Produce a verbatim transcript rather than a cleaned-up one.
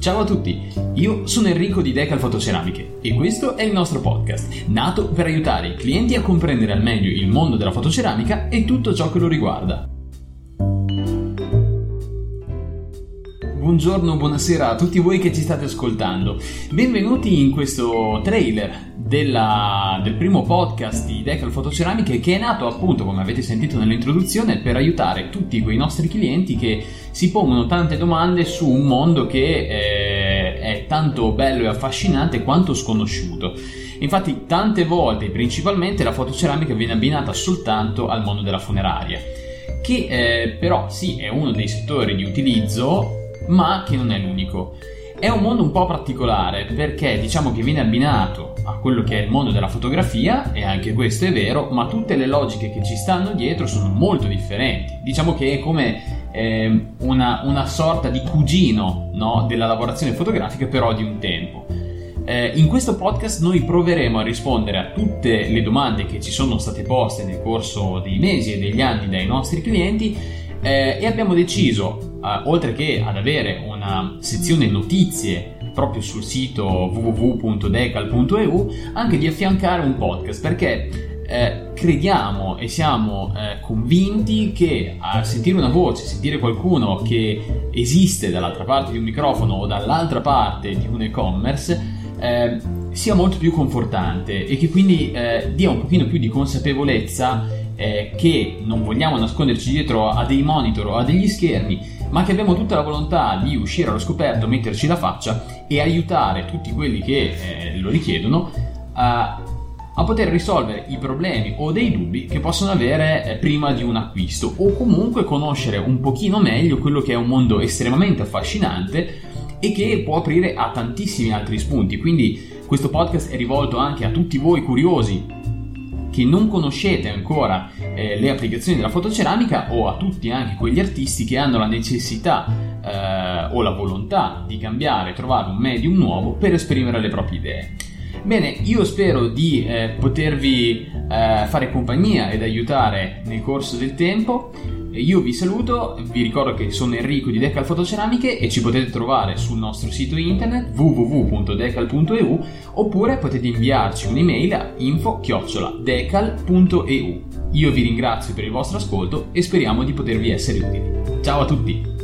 Ciao a tutti, io sono Enrico di Decal Fotoceramiche e questo è il nostro podcast, nato per aiutare i clienti a comprendere al meglio il mondo della fotoceramica e tutto ciò che lo riguarda. Buongiorno, buonasera a tutti voi che ci state ascoltando. Benvenuti in questo trailer della, del primo podcast di Decal Fotoceramiche, che è nato appunto, come avete sentito nell'introduzione, per aiutare tutti quei nostri clienti che si pongono tante domande su un mondo che eh, è tanto bello e affascinante quanto sconosciuto. Infatti tante volte, principalmente, la fotoceramica viene abbinata soltanto al mondo della funeraria, che eh, però sì, è uno dei settori di utilizzo, ma che non è l'unico. È un mondo un po' particolare perché diciamo che viene abbinato a quello che è il mondo della fotografia, e anche questo è vero, ma tutte le logiche che ci stanno dietro sono molto differenti. Diciamo che è come eh, una, una sorta di cugino, no, della lavorazione fotografica, però di un tempo. Eh, in questo podcast noi proveremo a rispondere a tutte le domande che ci sono state poste nel corso dei mesi e degli anni dai nostri clienti. Eh, e abbiamo deciso, eh, oltre che ad avere una sezione notizie proprio sul sito w w w punto decal punto e u, anche di affiancare un podcast, perché eh, crediamo e siamo eh, convinti che a sentire una voce, sentire qualcuno che esiste dall'altra parte di un microfono o dall'altra parte di un e-commerce eh, sia molto più confortante, e che quindi eh, dia un pochino più di consapevolezza Eh, che non vogliamo nasconderci dietro a dei monitor o a degli schermi, ma che abbiamo tutta la volontà di uscire allo scoperto, metterci la faccia e aiutare tutti quelli che eh, lo richiedono a, a poter risolvere i problemi o dei dubbi che possono avere eh, prima di un acquisto, o comunque conoscere un pochino meglio quello che è un mondo estremamente affascinante e che può aprire a tantissimi altri spunti. Quindi questo podcast è rivolto anche a tutti voi curiosi che non conoscete ancora eh, le applicazioni della fotoceramica, o a tutti anche quegli artisti che hanno la necessità eh, o la volontà di cambiare, trovare un medium nuovo per esprimere le proprie idee. Bene, io spero di eh, potervi eh, fare compagnia ed aiutare nel corso del tempo. Io vi saluto, vi ricordo che sono Enrico di Decal Fotoceramiche e ci potete trovare sul nostro sito internet w w w punto decal punto e u, oppure potete inviarci un'email a info chiocciola decal punto e u. Io vi ringrazio per il vostro ascolto e speriamo di potervi essere utili. Ciao a tutti!